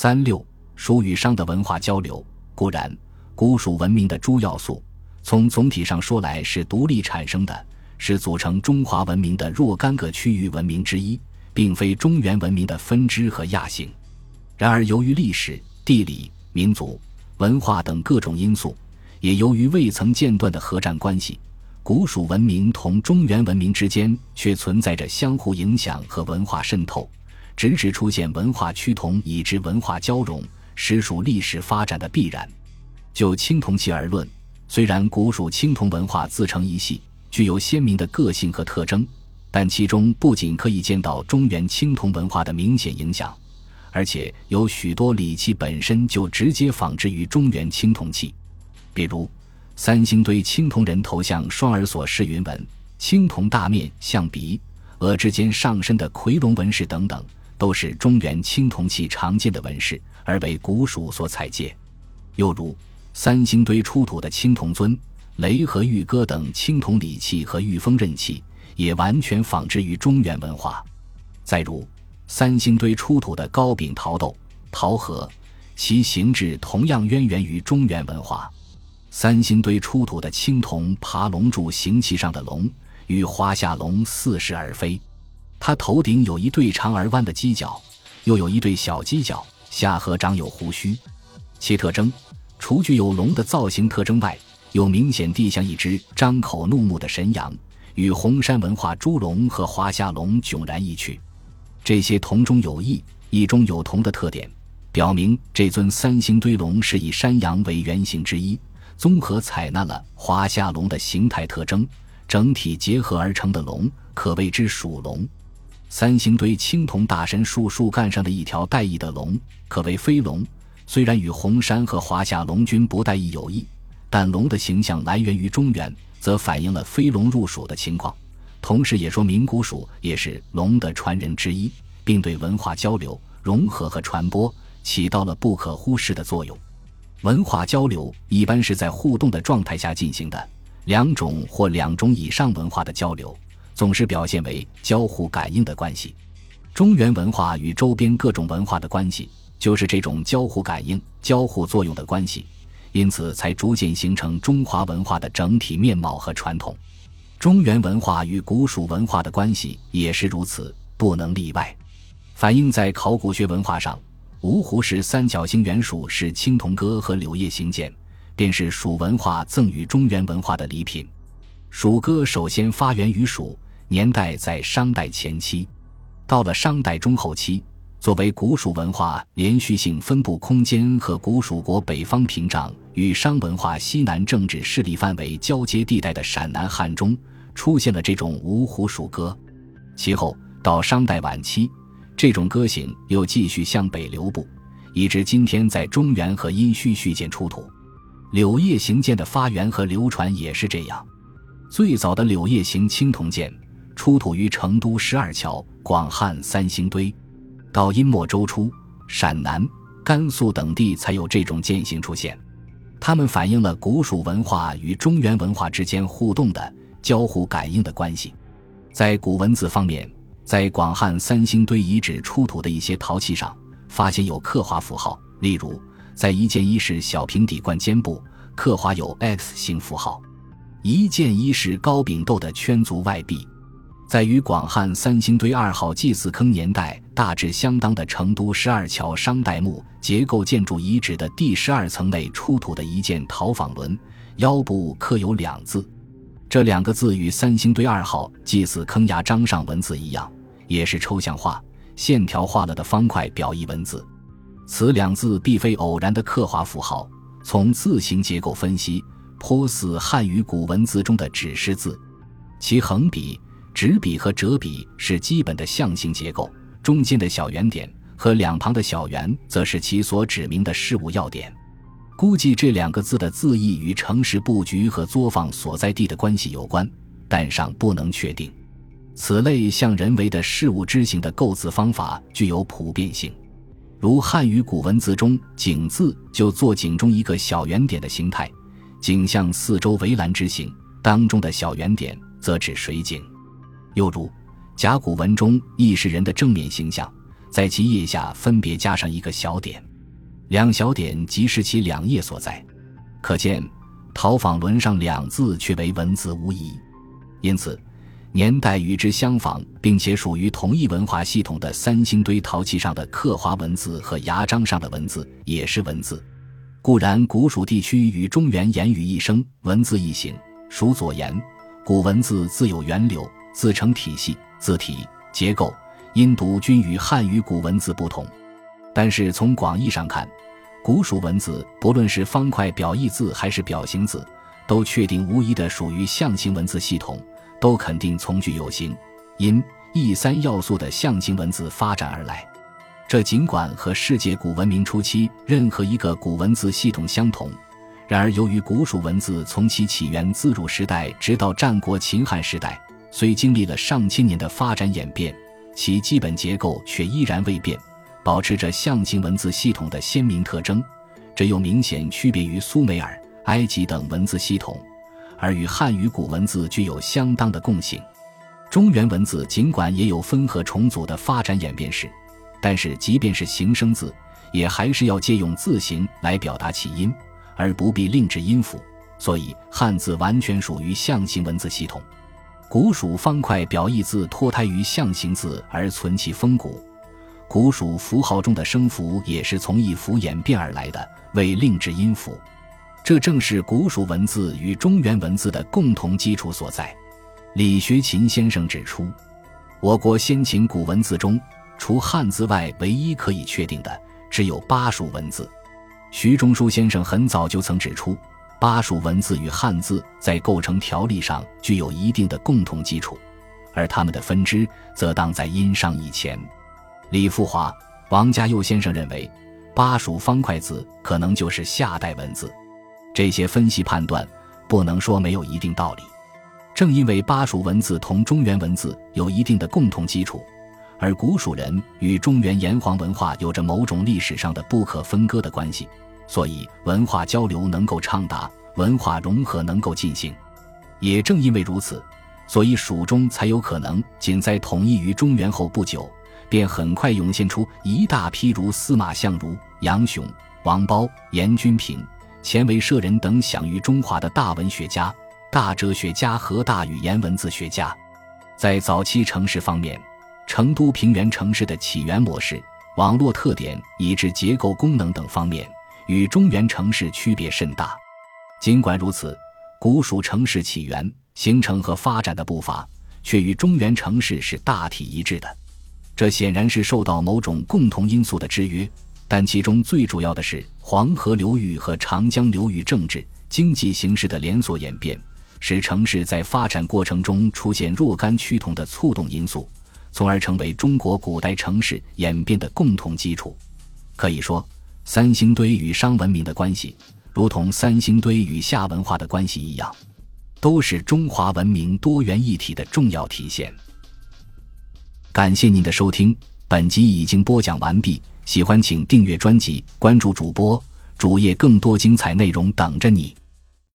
36蜀与商的文化交流。固然，古蜀文明的诸要素，从总体上说来是独立产生的，是组成中华文明的若干个区域文明之一，并非中原文明的分支和亚型。然而由于历史、地理、民族、文化等各种因素，也由于未曾间断的核战关系，古蜀文明同中原文明之间却存在着相互影响和文化渗透，直至出现文化趋同以致文化交融，实属历史发展的必然。就青铜器而论，虽然古蜀青铜文化自成一系，具有鲜明的个性和特征，但其中不仅可以见到中原青铜文化的明显影响，而且有许多礼器本身就直接仿制于中原青铜器。比如三星堆青铜人头像双耳所饰云纹、青铜大面象鼻、额之间上身的夔龙纹饰等等，都是中原青铜器常见的纹饰，而为古蜀所采借。又如三星堆出土的青铜尊、雷和玉戈等青铜礼器和玉锋刃器，也完全仿制于中原文化。再如三星堆出土的高柄陶豆、陶盒，其形制同样渊源于中原文化。三星堆出土的青铜爬龙柱形器上的龙，与华夏龙似是而非。它头顶有一对长而弯的犄角，又有一对小犄角，下颌长有胡须。其特征除具有龙的造型特征外，又明显地像一只张口怒目的神羊，与红山文化猪龙和华夏龙迥然异趣。这些同中有异、异中有同的特点，表明这尊三星堆龙是以山羊为原型之一，综合采纳了华夏龙的形态特征，整体结合而成的龙，可谓之蜀龙。三星堆青铜大神树干上的一条带翼的龙，可谓飞龙，虽然与红山和华夏龙均不带翼有异，但龙的形象来源于中原，则反映了飞龙入蜀的情况，同时也说明古蜀也是龙的传人之一，并对文化交流、融合和传播起到了不可忽视的作用。文化交流一般是在互动的状态下进行的，两种或两种以上文化的交流总是表现为交互感应的关系。中原文化与周边各种文化的关系就是这种交互感应、交互作用的关系，因此才逐渐形成中华文化的整体面貌和传统。中原文化与古蜀文化的关系也是如此，不能例外。反映在考古学文化上，芜湖式三角形圆蜀是青铜戈和柳叶形件，便是蜀文化赠予中原文化的礼品。蜀戈首先发源于蜀，年代在商代前期。到了商代中后期，作为古蜀文化连续性分布空间和古蜀国北方屏障与商文化西南政治势力范围交接地带的陕南汉中，出现了这种芜湖蜀歌。其后到商代晚期，这种歌型又继续向北流布，以至今天在中原和殷墟续件出土。柳叶形件的发源和流传也是这样。最早的柳叶形青铜剑出土于成都12桥、广汉三星堆，到殷末周初，陕南、甘肃等地才有这种剑形出现。它们反映了古蜀文化与中原文化之间互动的交互感应的关系。在古文字方面，在广汉三星堆遗址出土的一些陶器上发现有刻划符号，例如在一件一式小平底冠肩部刻划有 X 形符号，一件一式高柄豆的圈足外壁。在与广汉三星堆2号祭祀坑年代大致相当的成都12桥商代木结构建筑遗址的第12层内出土的一件陶仿轮，腰部刻有2字，这2个字与三星堆2号祭祀坑牙章上文字一样，也是抽象化、线条化了的方块表意文字。此2字必非偶然的刻划符号，从字形结构分析，颇似汉语古文字中的指示字。其横笔、直笔和折笔是基本的象形结构，中间的小圆点和两旁的小圆则是其所指明的事物要点。估计这2个字的字义与城市布局和作坊所在地的关系有关，但尚不能确定。此类像人为的事物之形的构字方法具有普遍性，如汉语古文字中井字就做井中一个小圆点的形态，井像四周围栏之形，当中的小圆点则指水井。又如甲骨文中亦是人的正面形象，在其腋下分别加上一个小点。 两小点即是其两页所在。可见陶坊轮上两字却为文字无疑。因此年代与之相仿并且属于同一文化系统的三星堆陶器上的刻花文字和牙章上的文字也是文字。固然古蜀地区与中原言语一生，文字一形，属左言，古文字自有源流，自成体系，字体、结构、音读均与汉语古文字不同。但是从广义上看，古蜀文字不论是方块表意字还是表形字，都确定无疑地属于象形文字系统，都肯定从具有形、音、义三要素的象形文字发展而来。这尽管和世界古文明初期任何一个古文字系统相同，然而由于古蜀文字从其起源自儒时代直到战国秦汉时代，虽经历了上千年的发展演变，其基本结构却依然未变，保持着象形文字系统的鲜明特征，这又明显区别于苏美尔、埃及等文字系统，而与汉语古文字具有相当的共性。中原文字尽管也有分合重组的发展演变史，但是即便是形声字，也还是要借用字形来表达其音，而不必另置音符，所以汉字完全属于象形文字系统。古蜀方块表意字脱胎于象形字而存其风骨，古蜀符号中的声符也是从一符演变而来的，为另置音符。这正是古蜀文字与中原文字的共同基础所在。李学勤先生指出，我国先秦古文字中，除汉字外唯一可以确定的只有巴蜀文字。徐中书先生很早就曾指出，巴蜀文字与汉字在构成条例上具有一定的共同基础，而它们的分支则当在殷商以前。李富华、王家佑先生认为，巴蜀方块字可能就是夏代文字。这些分析判断不能说没有一定道理。正因为巴蜀文字同中原文字有一定的共同基础，而古蜀人与中原炎黄文化有着某种历史上的不可分割的关系，所以文化交流能够畅达，文化融合能够进行。也正因为如此，所以蜀中才有可能仅在统一于中原后不久，便很快涌现出一大批如司马相如、杨雄、王褒、严君平、钱维舍人等享誉中华的大文学家、大哲学家和大语言文字学家。在早期城市方面，成都平原城市的起源模式、网络特点以至结构功能等方面，与中原城市区别甚大。尽管如此，古蜀城市起源、形成和发展的步伐却与中原城市是大体一致的。这显然是受到某种共同因素的制约，但其中最主要的是黄河流域和长江流域政治、经济形势的连锁演变，使城市在发展过程中出现若干趋同的促动因素，从而成为中国古代城市演变的共同基础。可以说，三星堆与商文明的关系，如同三星堆与夏文化的关系一样，都是中华文明多元一体的重要体现。感谢您的收听，本集已经播讲完毕，喜欢请订阅专辑，关注主播，主页更多精彩内容等着你。